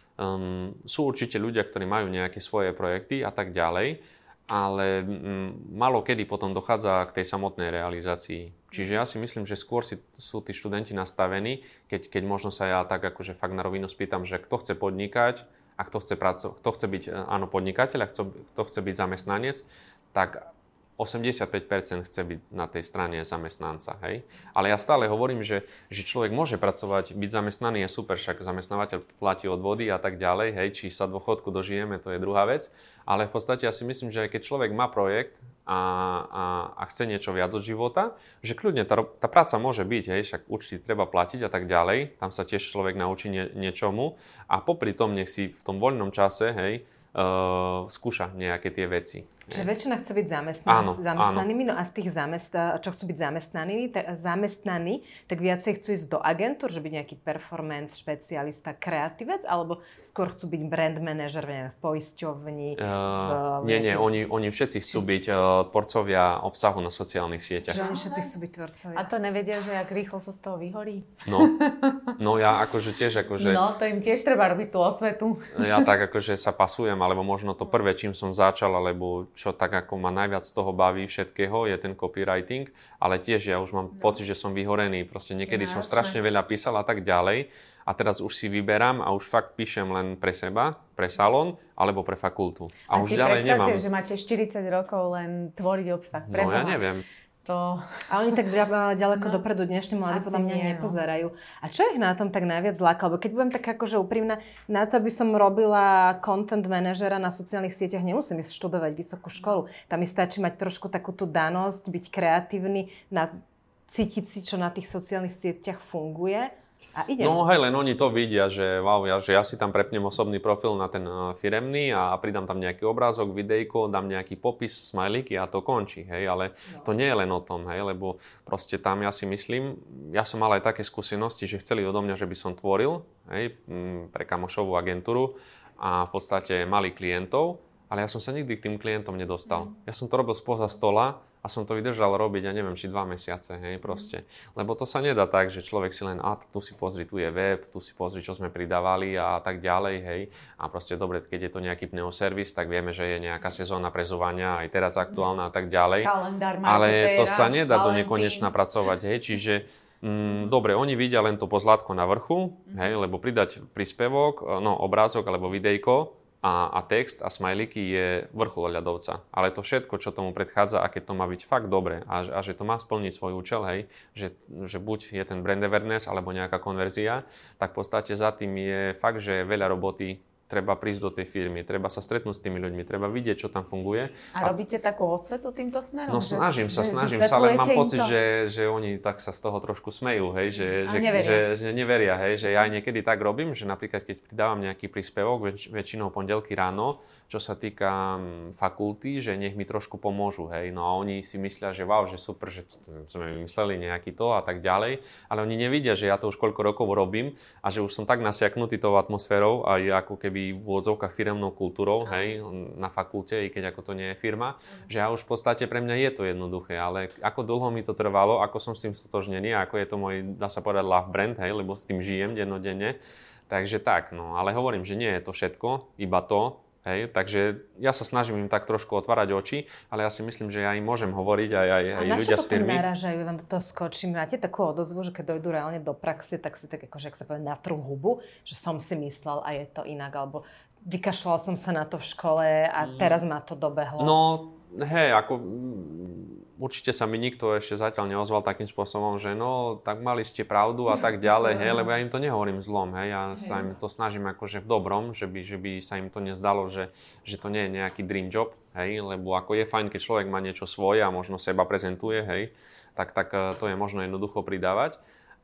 um, sú určite ľudia, ktorí majú nejaké svoje projekty a tak ďalej, ale um, málo kedy potom dochádza k tej samotnej realizácii. Čiže ja si myslím, že skôr si, sú tí študenti nastavení, keď, keď možno sa ja tak akože fakt na rovinu spýtam, že kto chce podnikať a kto chce, praco- kto chce byť áno, podnikateľ a kto, kto chce byť zamestnanec, tak osemdesiatpäť percent chce byť na tej strane zamestnanca. Hej? Ale ja stále hovorím, že, že človek môže pracovať, byť zamestnaný je super, však zamestnávateľ platí odvody a tak ďalej, hej? Či sa dôchodku dožijeme, to je druhá vec. Ale v podstate ja si myslím, že keď človek má projekt a, a, a chce niečo viac od života, že kľudne tá, tá práca môže byť, hej? Však účty treba platiť a tak ďalej, tam sa tiež človek naučí nie, niečomu a popri tom nech si v tom voľnom čase, hej, uh, skúša nejaké tie veci. Že väčšina chce byť zamestnaný, zamestnanými, no a z tých zamest- čo chcú byť zamestnaní, tak, zamestnaní, tak viacej chcú ísť do agentúr, že byť nejaký performance špecialista, kreatívec, alebo skôr chcú byť brand manažer, neviem, v poisťovni? Uh, v, nie, nie, oni, oni všetci chcú byť uh, tvorcovia obsahu na sociálnych sieťach. Že oni všetci chcú byť tvorcovia. A to nevedia, že jak rýchlo sa z toho vyhorí? No, no ja akože tiež akože... No, to im tiež treba robiť tú osvetu. Ja tak akože sa pasujem, alebo možno to prvé, čím som začal, alebo čo tak ako ma najviac z toho baví všetkého, je ten copywriting, ale tiež ja už mám no. pocit, že som vyhorený, proste niekedy som strašne veľa písal a tak ďalej a teraz už si vyberám a už fakt píšem len pre seba, pre salón alebo pre fakultu. A, a už ďalej nemám. A si predstavte, že máte štyridsať rokov len tvoriť obsah. Pre no ja neviem. To... A oni tak ďaleko no, dopredu dnešní mladí podľa mňa nie, nepozerajú. No. A čo ich na tom tak najviac láka? Lebo keď budem tak akože úprimná, na to, aby som robila content manažera na sociálnych sieťach, nemusím ísť študovať vysokú školu. Tam mi stačí mať trošku takú tú danosť, byť kreatívny, na, cítiť si, čo na tých sociálnych sieťach funguje. A idem. No hej, len oni to vidia, že, wow, ja, že ja si tam prepnem osobný profil na ten uh, firemný a pridám tam nejaký obrázok, videjko, dám nejaký popis, smajlíky a to končí, hej, ale no. to nie je len o tom, hej, lebo proste tam ja si myslím, ja som mal aj také skúsenosti, že chceli odo mňa, že by som tvoril, hej, pre kamošovú agentúru a v podstate mali klientov, ale ja som sa nikdy k tým klientom nedostal. Mm. Ja som to robil spoza stola a som to vydržal robiť, ja neviem, či dva mesiace, hej, proste. Lebo to sa nedá tak, že človek si len, a tu si pozri, tu je web, tu si pozri, čo sme pridávali a tak ďalej, hej. A proste dobre, keď je to nejaký pneoservis, tak vieme, že je nejaká sezóna prezovania, aj teraz aktuálna a tak ďalej. Kalendár, ale to sa nedá do nekonečna pracovať, hej, čiže Mm, dobre, oni vidia len to pozlátko na vrchu, mm-hmm. hej, lebo pridať príspevok, no obrázok alebo videjko a, a text a smajlíky je vrchol ľadovca. Ale to všetko, čo tomu predchádza a keď to má byť fakt dobre a, a že to má splniť svoj účel, hej, že, že buď je ten brand awareness alebo nejaká konverzia, tak v podstate za tým je fakt, že veľa roboty. Treba prísť do tej firmy, treba sa stretnúť s tými ľuďmi, treba vidieť, čo tam funguje. A, a robíte takú osvetu týmto smerom? No snažím že, sa, snažím sa, ale mám pocit, že, že oni tak sa z toho trošku smejú, hej, že, že, neveria. Že, že neveria, hej, že ja aj niekedy tak robím, že napríklad keď pridávam nejaký príspevok, väč, väčšinou pondelky ráno, čo sa týka fakulty, že nech mi trošku pomôžu, hej, no a oni si myslia, že wow, že super, že sme vymysleli nejaký to a tak ďalej, ale oni nevidia, že ja to už koľko rokov robím a že už som tak nasiaknutý tou atmosférou a ako keby v úvodzovkách firemnou kultúrou, hej, na fakulte, i keď ako to nie je firma, mm. že ja už v podstate pre mňa je to jednoduché, ale ako dlho mi to trvalo, ako som s tým stotožnený, ako je to môj, dá sa povedať, love brand, hej, lebo s tým žijem dennodenne, takže tak, no, ale hovorím, že nie je to všetko, iba to, hej, takže ja sa snažím im tak trošku otvárať oči, ale ja si myslím, že ja im môžem hovoriť aj, aj, aj ľudia z firmy. A na čo to narážajú, vám do toho skočím? Máte takú odozvu, že keď dojdú reálne do praxe, tak si tak akože, ak sa povie, natrú hubu, že som si myslel a je to inak, alebo vykašľal som sa na to v škole a teraz ma to dobehlo. No, hej, ako určite sa mi nikto ešte zatiaľ neozval takým spôsobom, že no, tak mali ste pravdu a tak ďalej, hej, lebo ja im to nehovorím zlom, hej, ja sa im to snažím akože v dobrom, že by, že by sa im to nezdalo, že, že to nie je nejaký dream job, hej, lebo ako je fajn, keď človek má niečo svoje a možno seba prezentuje, hej, tak, tak to je možno jednoducho pridávať.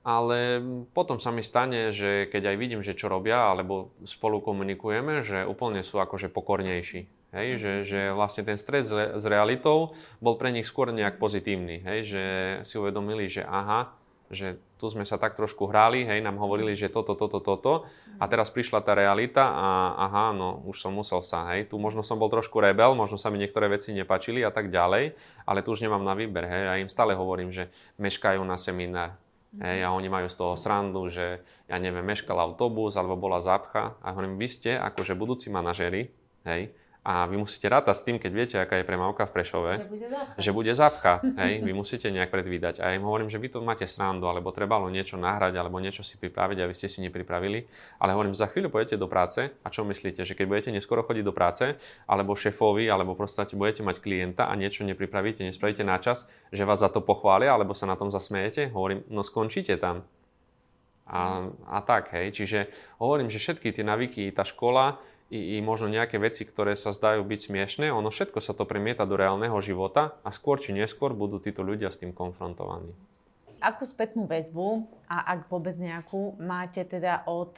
Ale potom sa mi stane, že keď aj vidím, že čo robia, alebo spolu komunikujeme, že úplne sú akože pokornejší. Hej, že, že vlastne ten stres s realitou bol pre nich skôr nejak pozitívny. Hej, že si uvedomili, že aha, že tu sme sa tak trošku hráli, hej, nám hovorili, že toto, toto, toto a teraz prišla tá realita a aha, no už som musel sa, hej, tu možno som bol trošku rebel, možno sa mi niektoré veci nepáčili a tak ďalej, ale tu už nemám na výber, hej, a im stále hovorím, že meškajú na seminár, hej, a oni majú z toho srandu, že ja neviem, meškal autobus alebo bola zápcha a hovorím, vy ste akože budúci manažéri, hej, a vy musíte rátať s tým, keď viete, aká je premávka v Prešove, že bude zápcha, že bude zápcha, hej, vy musíte nejak predvídať. A ja im hovorím, že vy to máte srandu, alebo trebalo niečo nahrať, alebo niečo si pripraviť a vy ste si nepripravili. Ale hovorím, za chvíľu pôjdete do práce a čo myslíte, že keď budete neskoro chodiť do práce, alebo šéfovi, alebo proste budete mať klienta a niečo nepripravíte, nespravíte na čas, že vás za to pochvália, alebo sa na tom zasmejete? Hovorím, no skončíte tam. A, a tak, hej, čiže hovorím, že všetky tie navyky, tá škola, I, i možno nejaké veci, ktoré sa zdajú byť smiešné, ono všetko sa to premieta do reálneho života a skôr či neskôr budú títo ľudia s tým konfrontovaní. Akú spätnú väzbu, a ak vôbec nejakú, máte teda od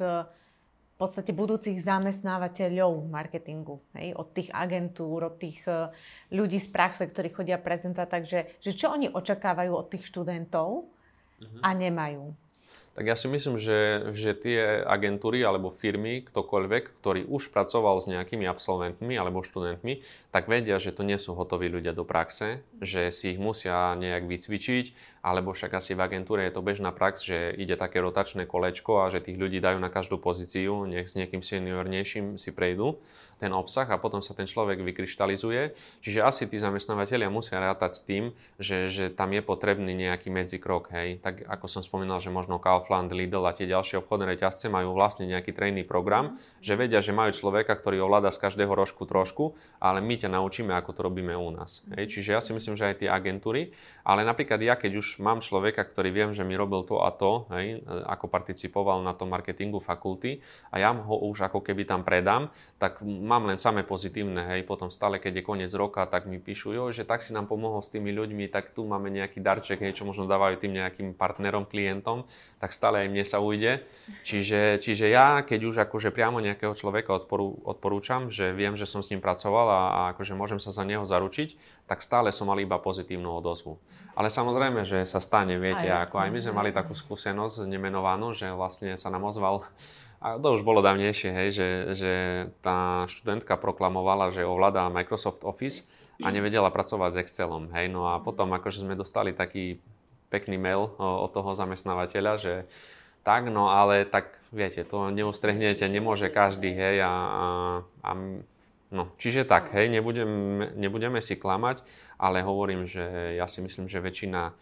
v podstate budúcich zamestnávateľov marketingu, hej? Od tých agentúr, od tých ľudí z praxe, ktorí chodia prezentovať, takže že čo oni očakávajú od tých študentov uh-huh. a nemajú? Tak ja si myslím, že, že tie agentúry alebo firmy, ktokoľvek, ktorý už pracoval s nejakými absolventmi alebo študentmi, tak vedia, že to nie sú hotoví ľudia do praxe, že si ich musia nejak vycvičiť, alebo však asi v agentúre je to bežná prax, že ide také rotačné kolečko a že tých ľudí dajú na každú pozíciu, nech s niekým seniornejším si prejdú ten obsah a potom sa ten človek vykryštalizuje. Čiže asi tí zamestnávateľia musia rátať s tým, že, že tam je potrebný nejaký medzikrok, hej. Tak ako som spomínal, že možno Kaufland, Lidl a tie ďalšie obchodné reťazce majú vlastne nejaký trainee program, že vedia, že majú človeka, ktorý ovláda z každého rožku trošku, ale my ťa naučíme, ako to robíme u nás. Hej. Čiže ja si myslím, že aj tie agentúry, ale napríklad ja, keď už mám človeka, ktorý viem, že mi robil to a to, hej, ako participoval na tom marketingu fakulty a ja ho už ako keby tam predám, tak mám len samé pozitívne, hej, potom stále, keď je koniec roka, tak mi píšu, jo, že tak si nám pomohol s tými ľuďmi, tak tu máme nejaký darček, hej, čo možno dávajú tým nejakým partnerom, klientom, tak stále aj mne sa ujde. Čiže, čiže ja, keď už akože priamo nejakého človeka odporú, odporúčam, že viem, že som s ním pracoval a, a akože môžem sa za neho zaručiť, tak stále som mal iba pozitívnu odozvu. Ale samozrejme, že sa stane, viete, aj ako aj my sme mali takú skúsenosť nemenovanú, že vlastne sa nám ozval. A to už bolo dávnejšie, hej, že, že tá študentka proklamovala, že ovláda Microsoft Office a nevedela pracovať s Excelom. Hej. No a potom akože sme dostali taký pekný mail od toho zamestnávateľa, že tak, no ale tak viete, to neustrehnete, nemôže každý, hej, a, a, a no, čiže tak, hej, nebudem, nebudeme si klamať, ale hovorím, že ja si myslím, že väčšina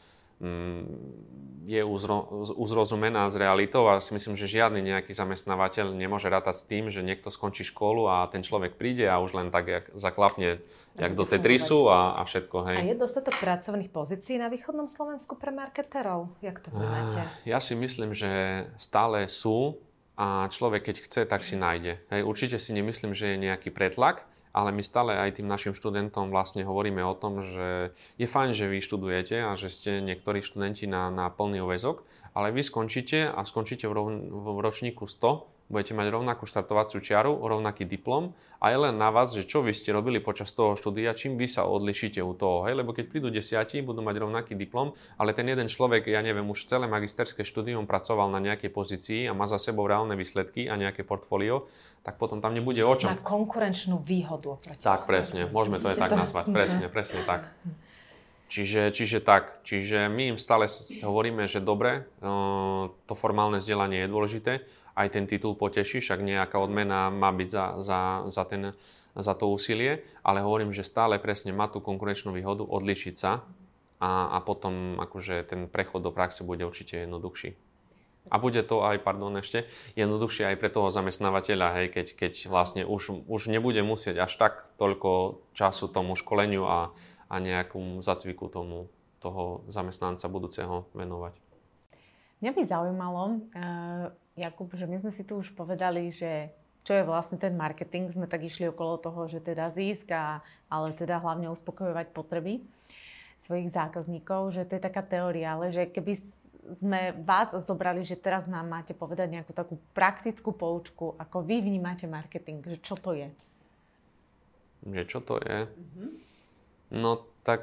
je uzro, uzrozumená s realitou a si myslím, že žiadny nejaký zamestnávateľ nemôže rátať s tým, že niekto skončí školu a ten človek príde a už len tak jak zaklapne jak do Tetrisu a, a všetko. Hej. A je dostatok pracovných pozícií na východnom Slovensku pre marketerov? Jak to vnímate? Ja si myslím, že stále sú a človek keď chce, tak si nájde. Hej, určite si nemyslím, že je nejaký pretlak, ale my stále aj tým našim študentom vlastne hovoríme o tom, že je fajn, že vy študujete a že ste niektorí študenti na, na plný úväzok, ale vy skončíte a skončíte v, rov, v ročníku sto, budete mať rovnakú štartovaciu čiaru, rovnaký diplom a je len na vás, že čo vy ste robili počas toho štúdia, čím vy sa odlišíte u toho, hej? Lebo keď prídu desiati, budú mať rovnaký diplom, ale ten jeden človek, ja neviem, už celé magisterské štúdium pracoval na nejakej pozícii a má za sebou reálne výsledky a nejaké portfólio, tak potom tam nebude o čom. Má konkurenčnú výhodu oproti. Tak, presne, môžeme to aj tak nazvať, presne, presne tak. Čiže, čiže tak, čiže my im stále hovoríme, že dobre, to formálne vzdelanie je dôležité, aj ten titul poteší, však nejaká odmena má byť za, za, za, ten, za to úsilie, ale hovorím, že stále presne má tú konkurenčnú výhodu odlišiť sa a, a potom akože ten prechod do praxe bude určite jednoduchší. A bude to aj, pardon ešte, jednoduchšie aj pre toho zamestnávateľa, hej, keď, keď vlastne už, už nebude musieť až tak toľko času tomu školeniu a, a nejakú zacviku tomu toho zamestnanca budúceho venovať. Mňa by zaujímalo, uh, Jakub, že my sme si tu už povedali, že čo je vlastne ten marketing, sme tak išli okolo toho, že teda zisk, a, ale teda hlavne uspokojovať potreby svojich zákazníkov, že to je taká teória, ale že keby sme vás zobrali, že teraz nám máte povedať nejakú takú praktickú poučku, ako vy vnímate marketing, že čo to je? Že čo to je? Mm-hmm. No tak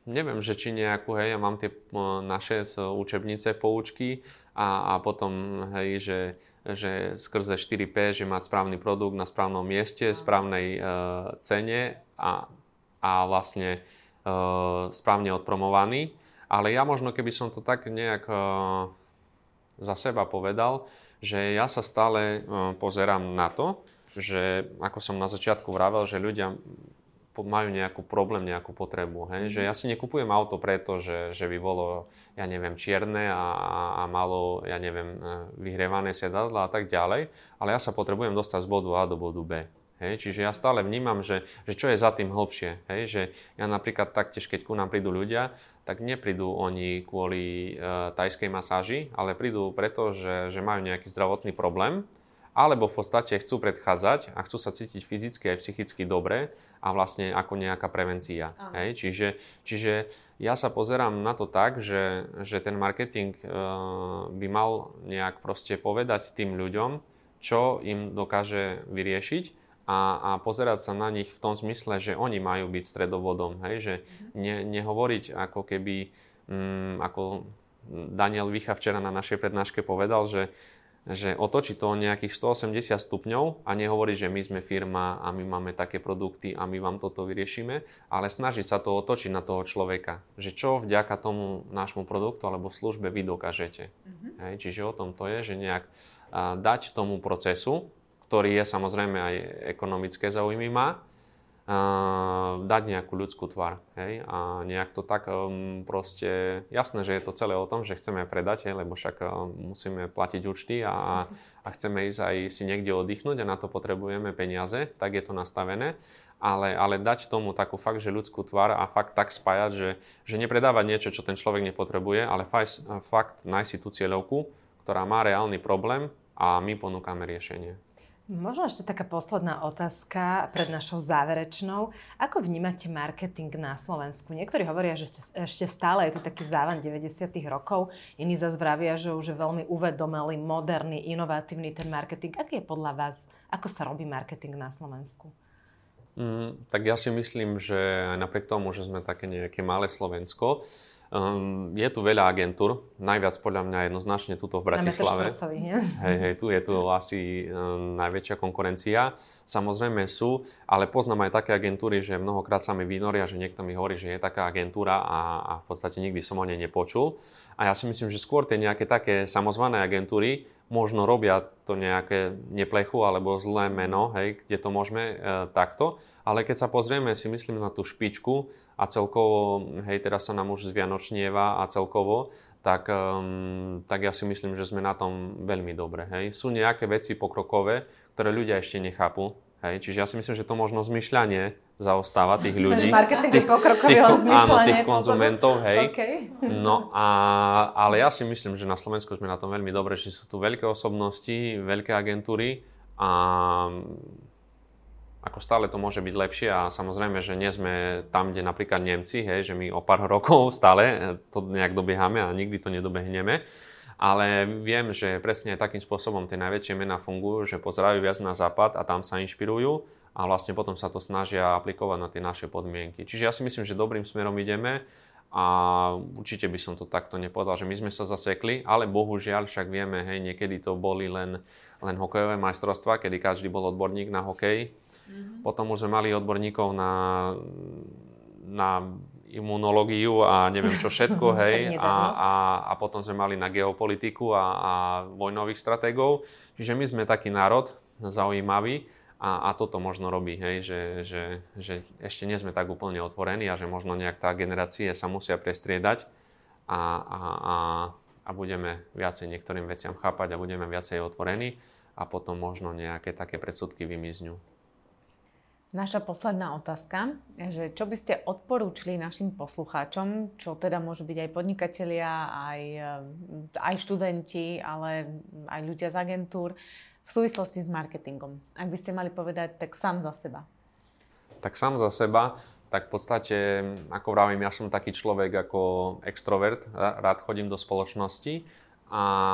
neviem, že či nejakú, hej, ja mám tie naše učebnice, poučky a, a potom, hej, že, že skrze štyri pé, že mať správny produkt na správnom mieste, správnej uh, cene a, a vlastne uh, správne odpromovaný. Ale ja možno, keby som to tak nejak uh, za seba povedal, že ja sa stále uh, pozerám na to, že ako som na začiatku vravel, že ľudia majú nejakú problém, nejakú potrebu. Hej? Mm. Že ja si nekupujem auto preto, že, že by bolo, ja neviem, čierne a, a malo, ja neviem, vyhrievané sedadlá a tak ďalej, ale ja sa potrebujem dostať z bodu A do bodu B. Hej? Čiže ja stále vnímam, že, že čo je za tým hlbšie. Hej? Že ja napríklad taktiež, keď ku nám prídu ľudia, tak neprídu oni kvôli e, thajskej masáži, ale prídu preto, že, že majú nejaký zdravotný problém, alebo v podstate chcú predchádzať a chcú sa cítiť fyzicky aj psychicky dobre a vlastne ako nejaká prevencia. Hej? Čiže, čiže ja sa pozerám na to tak, že, že ten marketing uh, by mal nejak proste povedať tým ľuďom, čo im dokáže vyriešiť a, a pozerať sa na nich v tom zmysle, že oni majú byť stredovodom. Hej? Že ne, nehovoriť ako keby, um, ako Daniel Vicha včera na našej prednáške povedal, že že otočí to nejakých stoosemdesiat stupňov a nehovorí, že my sme firma a my máme také produkty a my vám toto vyriešime, ale snaží sa to otočiť na toho človeka, že čo vďaka tomu nášmu produktu alebo službe vy dokážete. Mm-hmm. Hej, čiže o tom to je, že nejak a, dať tomu procesu, ktorý je samozrejme aj ekonomické záujmy má, a, dať nejakú ľudskú tvár. Hej, a nejak to tak um, proste, jasné, že je to celé o tom, že chceme predať, hej, lebo však um, musíme platiť účty a, a chceme ísť aj si niekde oddychnúť a na to potrebujeme peniaze, tak je to nastavené. Ale, ale dať tomu takú fakt, že ľudskú tvár a fakt tak spájať, že, že nepredávať niečo, čo ten človek nepotrebuje, ale fakt, fakt nájsť si tú cieľovku, ktorá má reálny problém a my ponúkame riešenie. Možno ešte taká posledná otázka pred našou záverečnou. Ako vnímate marketing na Slovensku? Niektorí hovoria, že ešte stále je tu taký závan deväťdesiatych rokov, iní zase vravia, že už je veľmi uvedomelý, moderný, inovatívny ten marketing. Aký je podľa vás, ako sa robí marketing na Slovensku? Mm, tak ja si myslím, že aj napriek tomu, že sme také nejaké malé Slovensko, Um, je tu veľa agentúr, najviac podľa mňa jednoznačne tuto v Bratislave. Hej, hej, tu je tu asi um, najväčšia konkurencia. Samozrejme sú, ale poznám aj také agentúry, že mnohokrát sa mi vynoria, že niekto mi hovorí, že je taká agentúra a, a v podstate nikdy som o nej nepočul. A ja si myslím, že skôr tie nejaké také samozvané agentúry možno robia to nejaké neplechu alebo zlé meno, hej, kde to môžeme e, takto. Ale keď sa pozrieme, si myslím na tú špičku a celkovo, hej, teraz sa nám už zvianočnieva a celkovo, tak, um, tak ja si myslím, že sme na tom veľmi dobre. Hej. Sú nejaké veci pokrokové, ktoré ľudia ešte nechápu. Hej. Čiže ja si myslím, že to možno zmyšľanie zaostáva tých ľudí. Marketing tých, tých, áno, tých konzumentov. Hej. Okay. No a, ale ja si myslím, že na Slovensku sme na tom veľmi dobre, že sú tu veľké osobnosti, veľké agentúry a ako stále to môže byť lepšie a samozrejme, že nie sme tam, kde napríklad Nemci, hej, že my o pár rokov stále to nejak dobiehame a nikdy to nedobehneme. Ale viem, že presne takým spôsobom tie najväčšie mená fungujú, že pozerajú viac na západ a tam sa inšpirujú a vlastne potom sa to snažia aplikovať na tie naše podmienky. Čiže ja si myslím, že dobrým smerom ideme a určite by som to takto nepovedal, že my sme sa zasekli, ale bohužiaľ však vieme, hej, niekedy to boli len, len hokejové majstrovstvá, kedy každý bol odborník na hokej. Mm-hmm. Potom už sme mali odborníkov na, na imunológiu a neviem čo všetko, hej. a, a, a potom sme mali na geopolitiku a, a vojnových stratégov. Čiže my sme taký národ zaujímavý a, a toto možno robí, hej, že, že, že ešte nie sme tak úplne otvorení a že možno nejak tá generácie sa musia prestriedať a, a, a, a budeme viacej niektorým veciam chápať a budeme viacej otvorení a potom možno nejaké také predsudky vymiznú. Naša posledná otázka, že čo by ste odporúčili našim poslucháčom, čo teda môžu byť aj podnikatelia, aj, aj študenti, ale aj ľudia z agentúr v súvislosti s marketingom? Ak by ste mali povedať, tak sám za seba. Tak sám za seba, tak v podstate, ako vravím, ja som taký človek ako extrovert, rád chodím do spoločnosti a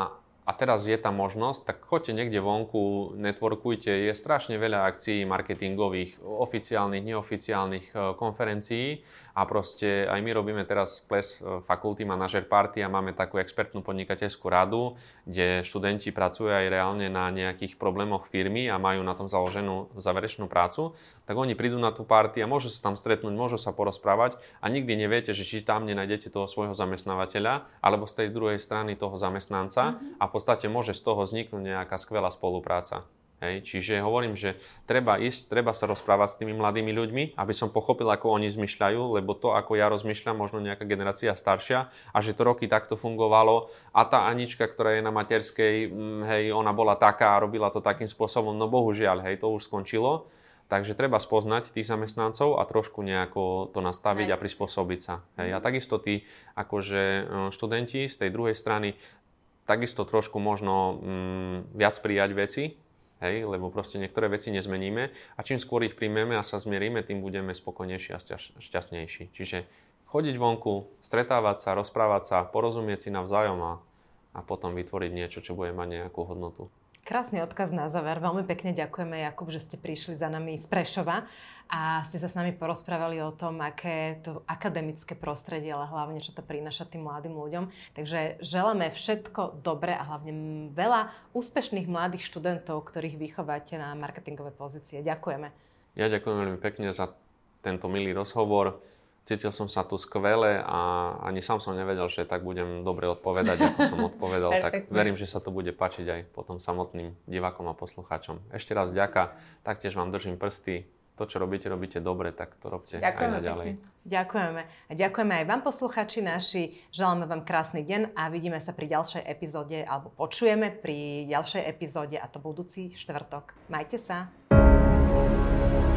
a teraz je tam možnosť, tak choďte niekde vonku, networkujte, je strašne veľa akcií marketingových, oficiálnych, neoficiálnych konferencií a proste aj my robíme teraz ples Faculty Manager Party a máme takú expertnú podnikateľskú radu, kde študenti pracujú aj reálne na nejakých problémoch firmy a majú na tom založenú záverečnú prácu, tak oni prídu na tú party a môžu sa tam stretnúť, môžu sa porozprávať a nikdy neviete, že či tam nenájdete toho svojho zamestnávateľa alebo z tej druhej strany toho zamestnanca mm-hmm. a v podstate môže z toho vzniknúť nejaká skvelá spolupráca. Hej. Čiže hovorím, že treba ísť, treba sa rozprávať s tými mladými ľuďmi, aby som pochopil, ako oni zmyšľajú, lebo to, ako ja rozmýšľam, možno nejaká generácia staršia a že to roky takto fungovalo a tá Anička, ktorá je na materskej, hej, ona bola taká a robila to takým spôsobom, no bohužiaľ, hej, to už skončilo. Takže treba spoznať tých zamestnancov a trošku nejako to nastaviť a prispôsobiť sa. Hej. A takisto tí akože študenti z tej druhej strany takisto trošku možno mm, viac prijať veci, hej, lebo proste niektoré veci nezmeníme a čím skôr ich príjmeme a sa zmierime, tým budeme spokojnejší a šťastnejší. Čiže chodiť vonku, stretávať sa, rozprávať sa, porozumieť si navzájom a, a potom vytvoriť niečo, čo bude mať nejakú hodnotu. Krásny odkaz na záver. Veľmi pekne ďakujeme, Jakub, že ste prišli za nami z Prešova a ste sa s nami porozprávali o tom, aké to akademické prostredie, ale hlavne, čo to prináša tým mladým ľuďom. Takže želáme všetko dobré a hlavne veľa úspešných mladých študentov, ktorých vychováte na marketingové pozície. Ďakujeme. Ja ďakujem veľmi pekne za tento milý rozhovor. Cítil som sa tu skvele a ani sám som nevedel, že tak budem dobre odpovedať, ako som odpovedal. Tak verím, že sa to bude páčiť aj potom samotným divákom a poslucháčom. Ešte raz ďaká, taktiež vám držím prsty. To, čo robíte, robíte dobre, tak to robte ďakujeme aj naďalej. Pekne. Ďakujeme. A ďakujeme aj vám, poslucháči naši. Želáme vám krásny deň a vidíme sa pri ďalšej epizóde, alebo počujeme pri ďalšej epizóde, a to budúci štvrtok. Majte sa.